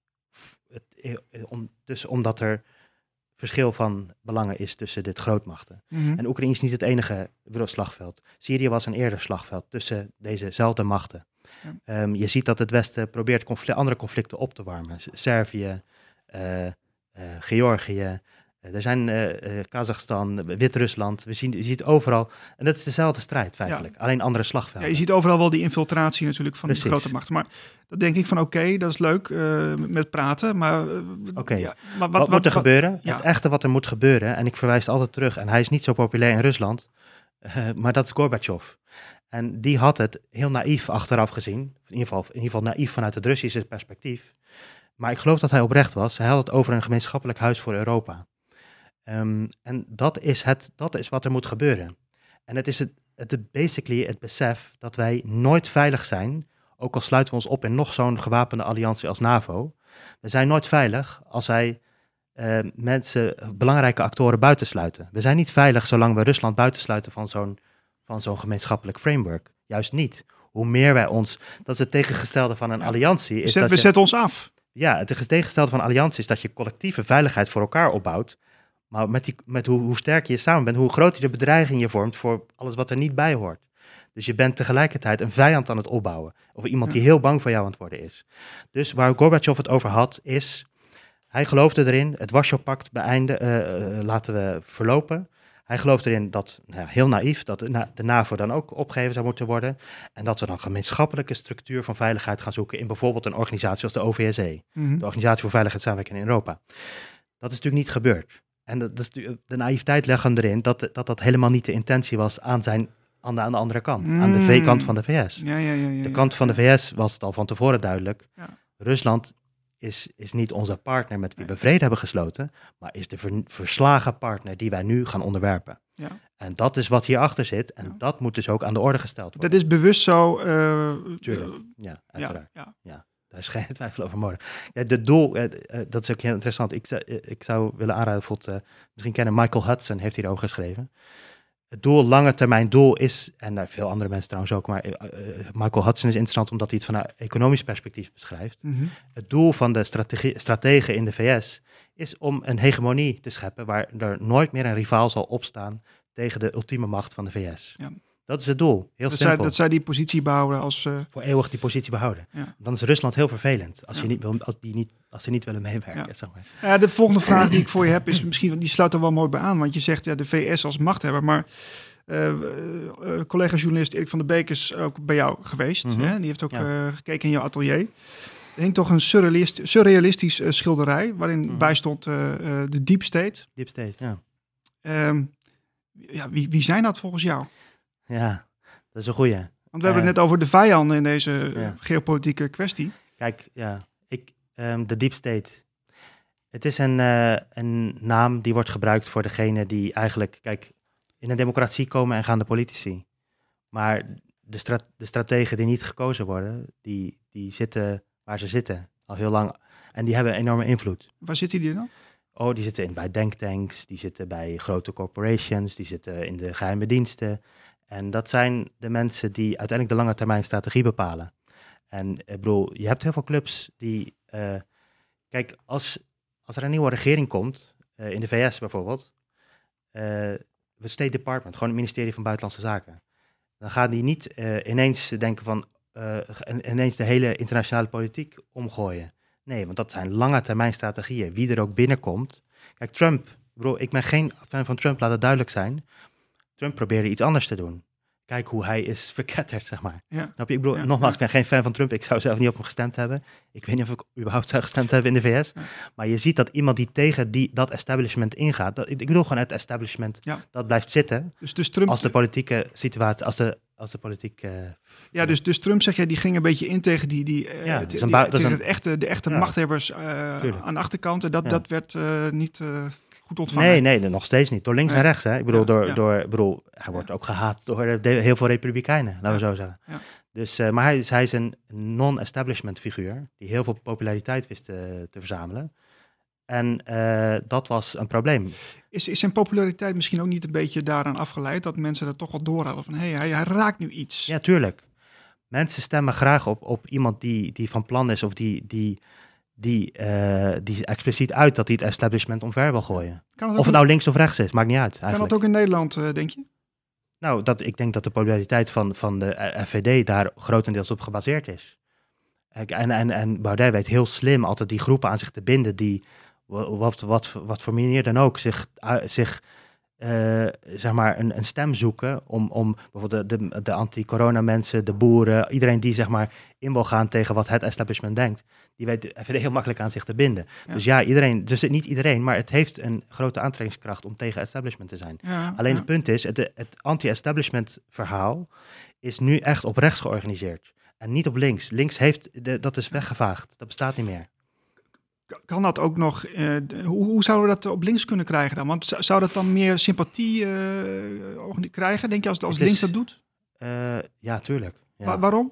het, om, dus omdat er verschil van belangen is tussen dit grootmachten. Mm-hmm. En Oekraïne is niet het enige slagveld. Syrië was een eerder slagveld tussen dezezelfde machten. Ja. Um, je ziet dat het Westen probeert conflict, andere conflicten op te warmen. Servië, uh, uh, Georgië, uh, er zijn uh, uh, Kazachstan, Wit-Rusland. We zien, je ziet overal, en dat is dezelfde strijd feitelijk, ja. alleen andere slagvelden. Ja, je ziet overal wel die infiltratie natuurlijk van Precies. de grote machten. Maar dan denk ik van oké, okay, dat is leuk uh, met praten, maar... Uh, oké, okay. ja, wat, wat, wat moet er wat, gebeuren? Ja. Het echte wat er moet gebeuren, en ik verwijs het altijd terug, en hij is niet zo populair in Rusland, uh, maar dat is Gorbachev. En die had het heel naïef achteraf gezien, in ieder geval, in ieder geval naïef vanuit het Russische perspectief. Maar ik geloof dat hij oprecht was. Hij had het over een gemeenschappelijk huis voor Europa. Um, en dat is, het, dat is wat er moet gebeuren. En het is het, het basically het besef dat wij nooit veilig zijn, ook al sluiten we ons op in nog zo'n gewapende alliantie als NAVO. We zijn nooit veilig als wij uh, mensen, belangrijke actoren buitensluiten. We zijn niet veilig zolang we Rusland buitensluiten van zo'n, van zo'n gemeenschappelijk framework. Juist niet. Hoe meer wij ons, dat is het tegengestelde van een ja. alliantie. Is Zet, dat we je, zetten ons af. Ja, het tegengestelde van een alliantie is dat je collectieve veiligheid voor elkaar opbouwt. Maar met, die, met hoe, hoe sterk je samen bent, hoe groter de bedreiging je vormt voor alles wat er niet bij hoort. Dus je bent tegelijkertijd een vijand aan het opbouwen. Of iemand die heel bang voor jou aan het worden is. Dus waar Gorbachev het over had, is... Hij geloofde erin, het Warschau-pact beëindigen, uh, uh, laten we verlopen. Hij geloofde erin dat, nou ja, heel naïef, dat de NAVO dan ook opgegeven zou moeten worden. En dat we dan gemeenschappelijke structuur van veiligheid gaan zoeken in bijvoorbeeld een organisatie als de O V S E. Mm-hmm. De Organisatie voor Veiligheid en Samenwerking in Europa. Dat is natuurlijk niet gebeurd. En dat, dat is, de naïviteit legt hem erin dat, dat dat helemaal niet de intentie was aan, zijn, aan, de, aan de andere kant. Mm. Aan de V-kant van de V S. Ja, ja, ja, ja, de kant van de V S was het al van tevoren duidelijk. Ja. Rusland is, is niet onze partner met wie we vrede hebben gesloten, maar is de ver, verslagen partner die wij nu gaan onderwerpen. Ja. En dat is wat hierachter zit en ja. dat moet dus ook aan de orde gesteld worden. Dat is bewust zo... Uh, Tuurlijk, ja, uiteraard. Ja, ja. ja. Daar is geen twijfel over mogelijk. Ja, de doel, uh, uh, dat is ook heel interessant. Ik, uh, ik zou willen aanraden, bijvoorbeeld, uh, misschien kennen Michael Hudson, heeft hierover geschreven. Het doel, lange termijn doel is, en daar veel andere mensen trouwens ook, maar uh, uh, Michael Hudson is interessant omdat hij het vanuit economisch perspectief beschrijft. Mm-hmm. Het doel van de strategie, strategen in de V S is om een hegemonie te scheppen waar er nooit meer een rivaal zal opstaan tegen de ultieme macht van de V S. Ja. Dat is het doel, heel dat simpel. Zij, dat zij die positie behouden als... Uh... Voor eeuwig die positie behouden. Ja. Dan is Rusland heel vervelend als, ja. je niet wil, als, die niet, als ze niet willen meewerken. Ja. Zeg maar. Ja, de volgende vraag die ik voor je heb is misschien, die sluit er wel mooi bij aan. Want je zegt ja, de V S als machthebber, maar uh, uh, collega-journalist Erik van der Beek is ook bij jou geweest. Mm-hmm. Hè? Die heeft ook ja. uh, gekeken in jouw atelier. Er hing toch een surrealist, surrealistisch uh, schilderij, waarin mm-hmm. bij stond uh, uh, de Deep State. Deep State, ja. Um, ja wie, wie zijn dat volgens jou? Ja, dat is een goeie. Want we uh, hebben het net over de vijanden in deze ja. geopolitieke kwestie. Kijk, ja, ik, um, de Deep State. Het is een, uh, een naam die wordt gebruikt voor degene die eigenlijk... Kijk, in een democratie komen en gaan de politici. Maar de, stra- de strategen die niet gekozen worden, die, die zitten waar ze zitten al heel lang. En die hebben enorme invloed. Waar zitten die dan? Oh, die zitten in, bij denktanks, die zitten bij grote corporations, die zitten in de geheime diensten. En dat zijn de mensen die uiteindelijk de lange termijn strategie bepalen. En ik bedoel, je hebt heel veel clubs die... Uh, kijk, als, als er een nieuwe regering komt, uh, in de V S bijvoorbeeld... Uh, het State Department, gewoon het ministerie van Buitenlandse Zaken. Dan gaan die niet uh, ineens denken van, uh, ineens de hele internationale politiek omgooien. Nee, want dat zijn lange termijn strategieën. Wie er ook binnenkomt. Kijk, Trump, bro, ik ben geen fan van Trump, laat het duidelijk zijn. Trump probeerde iets anders te doen. Kijk hoe hij is verketterd, zeg maar. Ja. Snap je? Ik bedoel, ja, nogmaals, ja. ik ben geen fan van Trump. Ik zou zelf niet op hem gestemd hebben. Ik weet niet of ik überhaupt zou gestemd hebben in de V S. Ja. Maar je ziet dat iemand die tegen die, dat establishment ingaat... Dat, ik bedoel gewoon het establishment, ja. dat blijft zitten. Dus, dus Trump... Als de politieke situatie... Als de, als de politiek... Uh, ja, dus, dus Trump, zeg jij, die ging een beetje in tegen, die, die, uh, ja, die, die, bui- tegen een, het echte, de echte ja. machthebbers uh, aan de achterkant. En dat, ja. dat werd uh, niet... Uh, goed ontvangen. Nee, nee, nog steeds niet. Door links nee. en rechts, hè. Ik bedoel, ja, door, ja. door, bedoel hij wordt ja. ook gehaat door de, heel veel republikeinen, laten ja. we zo zeggen. Ja. Dus, uh, maar hij, hij is een non-establishment figuur, die heel veel populariteit wist te, te verzamelen. En uh, dat was een probleem. Is, is zijn populariteit misschien ook niet een beetje daaraan afgeleid, dat mensen dat toch wel door hadden van, hé, hey, hij, hij raakt nu iets? Ja, tuurlijk. Mensen stemmen graag op, op iemand die, die van plan is of die... die Die, uh, die expliciet uit dat hij het establishment omver wil gooien. Het of het nou links of rechts is, maakt niet uit eigenlijk. Kan dat ook in Nederland, uh, denk je? Nou, dat, ik denk dat de populariteit van, van de F V D daar grotendeels op gebaseerd is. En, en, en Baudet weet heel slim altijd die groepen aan zich te binden die, wat, wat, wat voor manier dan ook, zich... Uh, zich Uh, zeg maar een, een stem zoeken om, om bijvoorbeeld de, de, de anti-corona mensen, de boeren, iedereen die zeg maar in wil gaan tegen wat het establishment denkt, die weet de F V D heel makkelijk aan zich te binden. Ja. Dus ja, iedereen, dus niet iedereen, maar het heeft een grote aantrekkingskracht om tegen establishment te zijn. Ja, Alleen ja. het punt is, het, het anti-establishment verhaal is nu echt op rechts georganiseerd en niet op links. Links heeft, de, dat is weggevaagd, dat bestaat niet meer. Kan dat ook nog, uh, hoe, hoe zouden we dat op links kunnen krijgen dan? Want zou dat dan meer sympathie uh, krijgen, denk je, als, als links is, dat doet? Uh, ja, tuurlijk. Ja. Wa- waarom?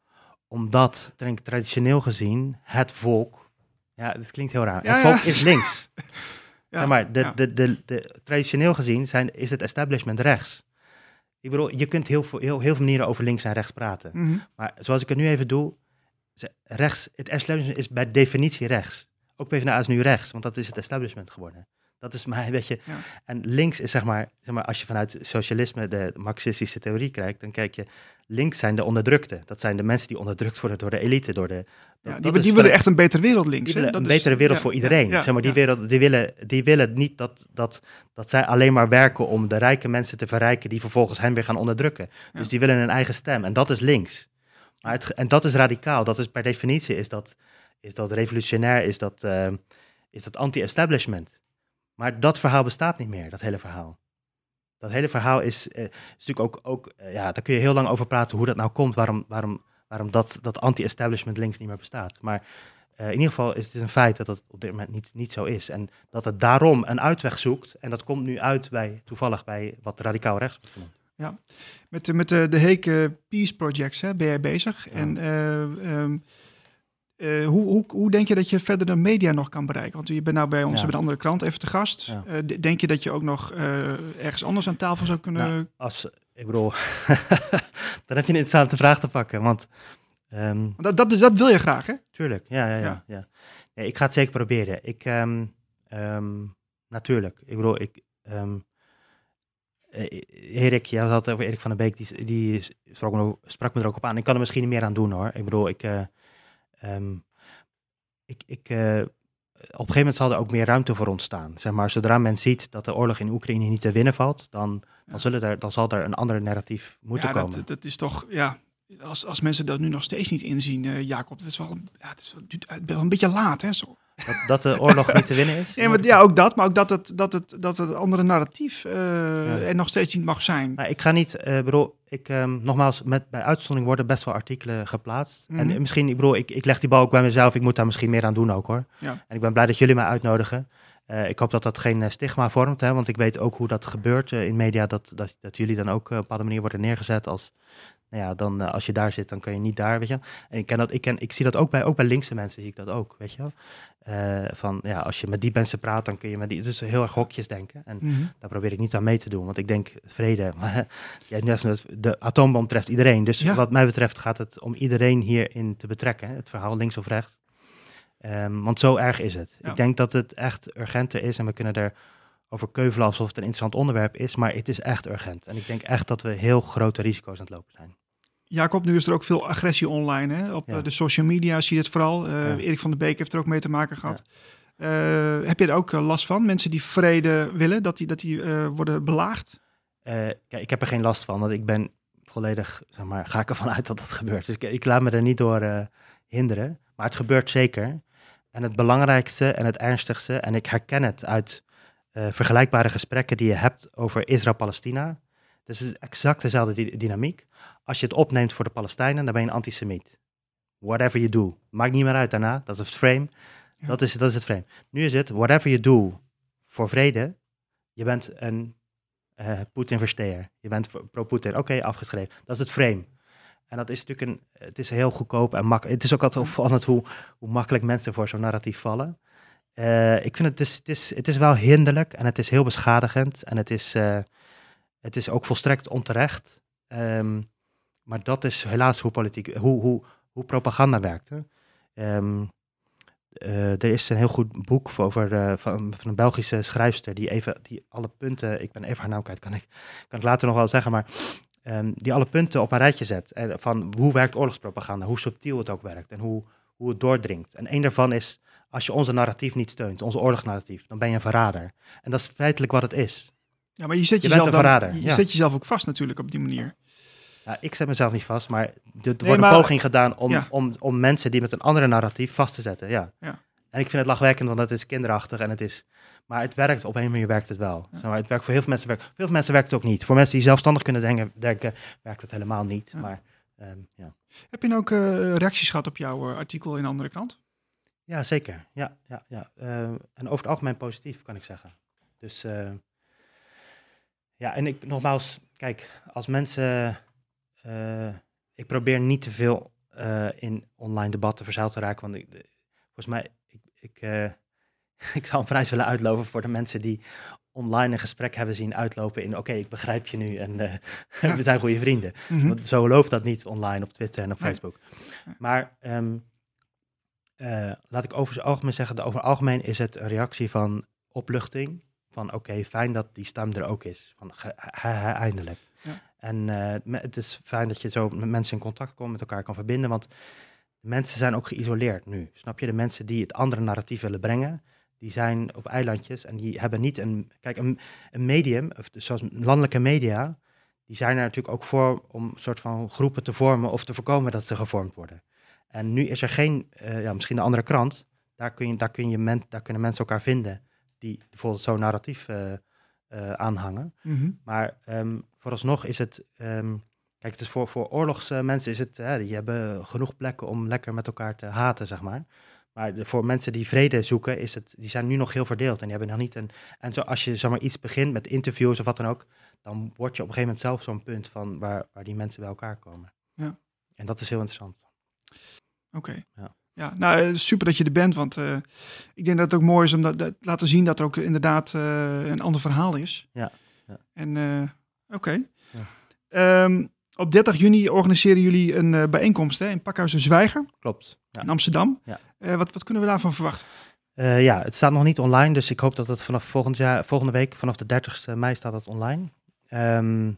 Omdat, denk ik, traditioneel gezien, het volk, ja, dat klinkt heel raar, ja, het volk ja. is links. ja, zeg maar, de, ja. de, de, de, de, traditioneel gezien zijn, is het establishment rechts. Ik bedoel, je kunt heel, heel, heel veel manieren over links en rechts praten. Mm-hmm. Maar zoals ik het nu even doe, rechts, het establishment is bij definitie rechts. Ook PvdA is nu rechts, want dat is het establishment geworden. Dat is maar een beetje... Ja. En links is zeg maar, zeg maar, als je vanuit socialisme de marxistische theorie kijkt, dan kijk je, links zijn de onderdrukten. Dat zijn de mensen die onderdrukt worden door de elite, door de... Ja, dat, die dat die willen echt een betere wereld links. Die willen dat een is, betere wereld ja, voor iedereen. Ja, ja, zeg maar, die, ja. wereld, die, willen, die willen niet dat, dat, dat zij alleen maar werken om de rijke mensen te verrijken die vervolgens hen weer gaan onderdrukken. Ja. Dus die willen een eigen stem en dat is links. Maar het, en dat is radicaal. Dat is per definitie is dat... Is dat revolutionair, is dat, uh, is dat anti-establishment. Maar dat verhaal bestaat niet meer, dat hele verhaal. Dat hele verhaal is, uh, is natuurlijk ook, ook uh, ja, daar kun je heel lang over praten hoe dat nou komt, waarom, waarom, waarom dat, dat anti-establishment links niet meer bestaat. Maar uh, in ieder geval is het een feit dat dat op dit moment niet, niet zo is. En dat het daarom een uitweg zoekt, en dat komt nu uit bij, toevallig bij wat radicaal rechts wordt genoemd. Ja, met de, met de, de Heek Peace Projects hè, ben jij bezig. Ja. En... Uh, um, Uh, hoe, hoe, hoe denk je dat je verder de media nog kan bereiken? Want je bent nou bij ons ja. bij de andere krant even te gast. Ja. Uh, d- denk je dat je ook nog uh, ergens anders aan tafel zou kunnen... Nou, als, ik bedoel, dan heb je een interessante vraag te pakken. Want, um, dat, dat, is, dat wil je graag, hè? Tuurlijk, ja. ja, ja, ja. ja. Nee, ik ga het zeker proberen. Ik, um, um, natuurlijk, ik bedoel, ik... Um, Erik, jij had het over Erik van der Beek, die, die sprak, me, sprak me er ook op aan. Ik kan er misschien niet meer aan doen, hoor. Ik bedoel, ik... Uh, Um, ik, ik, uh, op een gegeven moment zal er ook meer ruimte voor ontstaan. Zeg maar, zodra men ziet dat de oorlog in Oekraïne niet te winnen valt, dan, dan, zullen er, dan zal er een ander narratief moeten ja, komen. Dat, dat is toch, ja, als, als mensen dat nu nog steeds niet inzien, uh, Jacob, dat is wel, ja, het is wel, wel een beetje laat, hè? Zo. Dat, dat de oorlog niet te winnen is? Ja, maar, ja, ook dat, maar ook dat het, dat het, dat het andere narratief uh, ja. er nog steeds niet mag zijn. Nou, ik ga niet, uh, bedoel, ik, um, nogmaals, met, bij uitzondering worden best wel artikelen geplaatst. Mm-hmm. En misschien, ik bedoel, ik, ik leg die bal ook bij mezelf, ik moet daar misschien meer aan doen ook hoor. Ja. En ik ben blij dat jullie mij uitnodigen. Uh, ik hoop dat dat geen uh, stigma vormt, hè, want ik weet ook hoe dat gebeurt uh, in media, dat, dat, dat jullie dan ook uh, op een bepaalde manier worden neergezet als, nou ja, dan uh, als je daar zit, dan kun je niet daar, weet je. En ik ken dat, ik, ken, ik zie dat ook bij, ook bij linkse mensen, zie ik dat ook, weet je wel. Uh, van, ja, als je met die mensen praat, dan kun je met die, het is heel erg hokjes denken. En mm-hmm. daar probeer ik niet aan mee te doen, want ik denk vrede, ja, de atoombom treft iedereen. Dus ja. wat mij betreft gaat het om iedereen hierin te betrekken, het verhaal links of rechts. Um, want zo erg is het. Ja. Ik denk dat het echt urgenter is en we kunnen er over keuvelen alsof het een interessant onderwerp is, maar het is echt urgent. En ik denk echt dat we heel grote risico's aan het lopen zijn. Jacob, nu is er ook veel agressie online. Hè? Op ja. de social media zie je het vooral. Uh, ja. Erik van der Beek heeft er ook mee te maken gehad. Ja. Uh, heb je er ook uh, last van? Mensen die vrede willen, dat die, dat die uh, worden belaagd? Uh, kijk, ik heb er geen last van, want ik ben volledig, zeg maar, ga ik ervan uit dat dat gebeurt. Dus ik, ik laat me er niet door uh, hinderen, maar het gebeurt zeker. En het belangrijkste en het ernstigste, en ik herken het uit uh, vergelijkbare gesprekken die je hebt over Israël-Palestina. Dus het is exact dezelfde di- dynamiek. Als je het opneemt voor de Palestijnen, dan ben je een antisemiet. Whatever you do. Maakt niet meer uit daarna, dat is het frame. Ja. Dat, is, dat is het frame. Nu is het, whatever you do voor vrede, je bent een uh, Poetin-versteer. Je bent pro-Poetin. Oké, okay, afgeschreven. Dat is het frame. En dat is natuurlijk een, het is heel goedkoop en makkelijk. Het is ook altijd opvallend hoe, hoe makkelijk mensen voor zo'n narratief vallen. Uh, ik vind het, het, is, het, is, het is wel hinderlijk en het is heel beschadigend. En het is, uh, het is ook volstrekt onterecht. Um, maar dat is helaas hoe politiek, hoe, hoe, hoe propaganda werkt. Hè. Um, uh, er is een heel goed boek over, uh, van, van een Belgische schrijfster die even die alle punten, ik ben even haar naam kwijt, kan ik, kan ik later nog wel zeggen, maar Um, die alle punten op een rijtje zet. Uh, van hoe werkt oorlogspropaganda, hoe subtiel het ook werkt en hoe, hoe het doordringt. En één daarvan is, als je onze narratief niet steunt, onze oorlogsnarratief, dan ben je een verrader. En dat is feitelijk wat het is. Ja, maar je zet, je jezelf, bent een verrader. Dan, je ja. zet jezelf ook vast natuurlijk op die manier. Ja, ik zet mezelf niet vast, maar er nee, wordt maar, een poging gedaan om, ja. om, om mensen die met een andere narratief vast te zetten. Ja. Ja. En ik vind het lachwekkend, want het is kinderachtig en het is... Maar het werkt, op een manier werkt het wel. Ja. Zeg maar, het werkt voor heel veel mensen. Werkt, voor heel veel mensen werkt het ook niet. Voor mensen die zelfstandig kunnen denken, denken werkt het helemaal niet. Ja. Maar, um, ja. Heb je nou ook uh, reacties gehad op jouw uh, artikel in Andere Krant? Ja, zeker. Ja, ja, ja. Uh, en over het algemeen positief, kan ik zeggen. Dus uh, ja, en ik nogmaals, kijk, als mensen... Uh, ik probeer niet te veel uh, in online debatten verzeild te raken, want ik, volgens mij... Ik, ik, uh, Ik zou een prijs willen uitlopen voor de mensen die online een gesprek hebben zien uitlopen in... oké, okay, ik begrijp je nu en uh, ja. we zijn goede vrienden. Mm-hmm. Want zo loopt dat niet online op Twitter en op nee. Facebook. Maar um, uh, laat ik over het algemeen zeggen... De, over het algemeen is het een reactie van opluchting. Van oké, okay, fijn dat die stem er ook is. Van ge, he, he, eindelijk. Ja. En uh, het is fijn dat je zo met mensen in contact komt, met elkaar kan verbinden. Want mensen zijn ook geïsoleerd nu. Snap je? De mensen die het andere narratief willen brengen... Die zijn op eilandjes en die hebben niet een... Kijk, een, een medium, of zoals landelijke media... die zijn er natuurlijk ook voor om een soort van groepen te vormen... of te voorkomen dat ze gevormd worden. En nu is er geen... Uh, ja, misschien de andere krant. Daar, kun je, daar, kun je men, daar kunnen mensen elkaar vinden... die bijvoorbeeld zo'n narratief uh, uh, aanhangen. Mm-hmm. Maar um, vooralsnog is het... Um, kijk, het is voor, voor oorlogsmensen is het... Uh, die hebben genoeg plekken om lekker met elkaar te haten, zeg maar... Maar de, voor mensen die vrede zoeken, is het, die zijn nu nog heel verdeeld. En die hebben nog niet een. En zo, als je zeg maar, iets begint met interviews of wat dan ook, dan word je op een gegeven moment zelf zo'n punt van waar, waar die mensen bij elkaar komen. Ja. En dat is heel interessant. Oké. Okay. Ja. Ja, nou super dat je er bent, want uh, ik denk dat het ook mooi is om dat, dat laten zien dat er ook inderdaad uh, een ander verhaal is. Ja. ja. En uh, oké. Okay. Ja. Um, Op dertig juni organiseren jullie een uh, bijeenkomst hè, in Pakhuis de Zwijger. Klopt. Ja. In Amsterdam. Ja. Uh, wat, wat kunnen we daarvan verwachten? Uh, ja, het staat nog niet online, dus ik hoop dat het vanaf volgend jaar, volgende week, vanaf de dertigste mei staat het online. Um,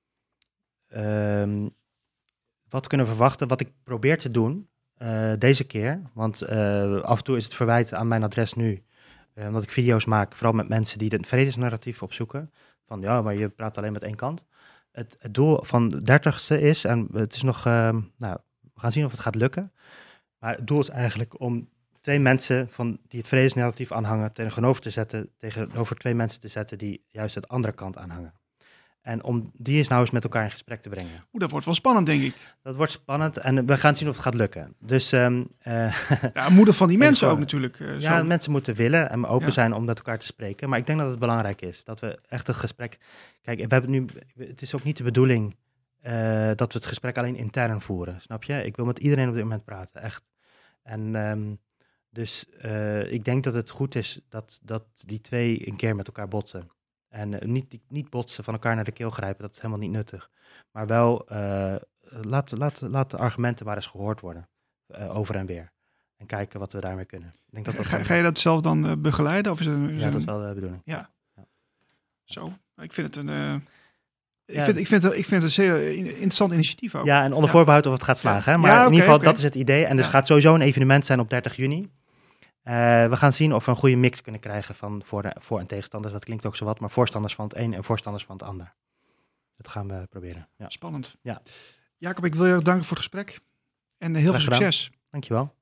um, wat kunnen we verwachten? Wat ik probeer te doen uh, deze keer, want uh, af en toe is het verwijt aan mijn adres nu, uh, omdat ik video's maak, vooral met mensen die het vredesnarratief opzoeken. van ja, maar je praat alleen met één kant. Het, het doel van de dertigste is, en het is nog, uh, nou, we gaan zien of het gaat lukken. Maar het doel is eigenlijk om twee mensen van die het vredesnarratief aanhangen tegenover te zetten, tegenover twee mensen te zetten die juist het andere kant aanhangen. En om die eens nou eens met elkaar in gesprek te brengen. Oeh, dat wordt wel spannend, denk ik. Dat wordt spannend en we gaan zien of het gaat lukken. Dus, um, uh, ja, moeder van die mensen ook natuurlijk. Uh, ja, zo. mensen moeten willen en open ja. zijn om met elkaar te spreken. Maar ik denk dat het belangrijk is dat we echt het gesprek... Kijk, we hebben nu, het is ook niet de bedoeling uh, dat we het gesprek alleen intern voeren, snap je? Ik wil met iedereen op dit moment praten, echt. En um, dus uh, ik denk dat het goed is dat, dat die twee een keer met elkaar botsen. En uh, niet, niet botsen, van elkaar naar de keel grijpen, dat is helemaal niet nuttig. Maar wel, uh, laat, laat, laat de argumenten maar eens gehoord worden, uh, over en weer. En kijken wat we daarmee kunnen. Ik denk dat dat ga, ga je dat zelf dan uh, begeleiden? Of is het, is ja, een... dat is wel de bedoeling. Ja. ja. Zo, ik vind het een... Uh... Ik, ja. vind, ik, vind het, ik vind het een zeer interessant initiatief ook. Ja, en onder ja. voorbehoud of het gaat slagen. Hè? Maar ja, in okay, ieder geval, okay. dat is het idee. En dus ja. gaat sowieso een evenement zijn op dertig juni. Uh, we gaan zien of we een goede mix kunnen krijgen van voor, de, voor- en tegenstanders. Dat klinkt ook zo wat, maar voorstanders van het een en voorstanders van het ander. Dat gaan we proberen. Ja. Spannend. Ja. Jacob, ik wil je danken voor het gesprek. En heel veel succes. Dankjewel.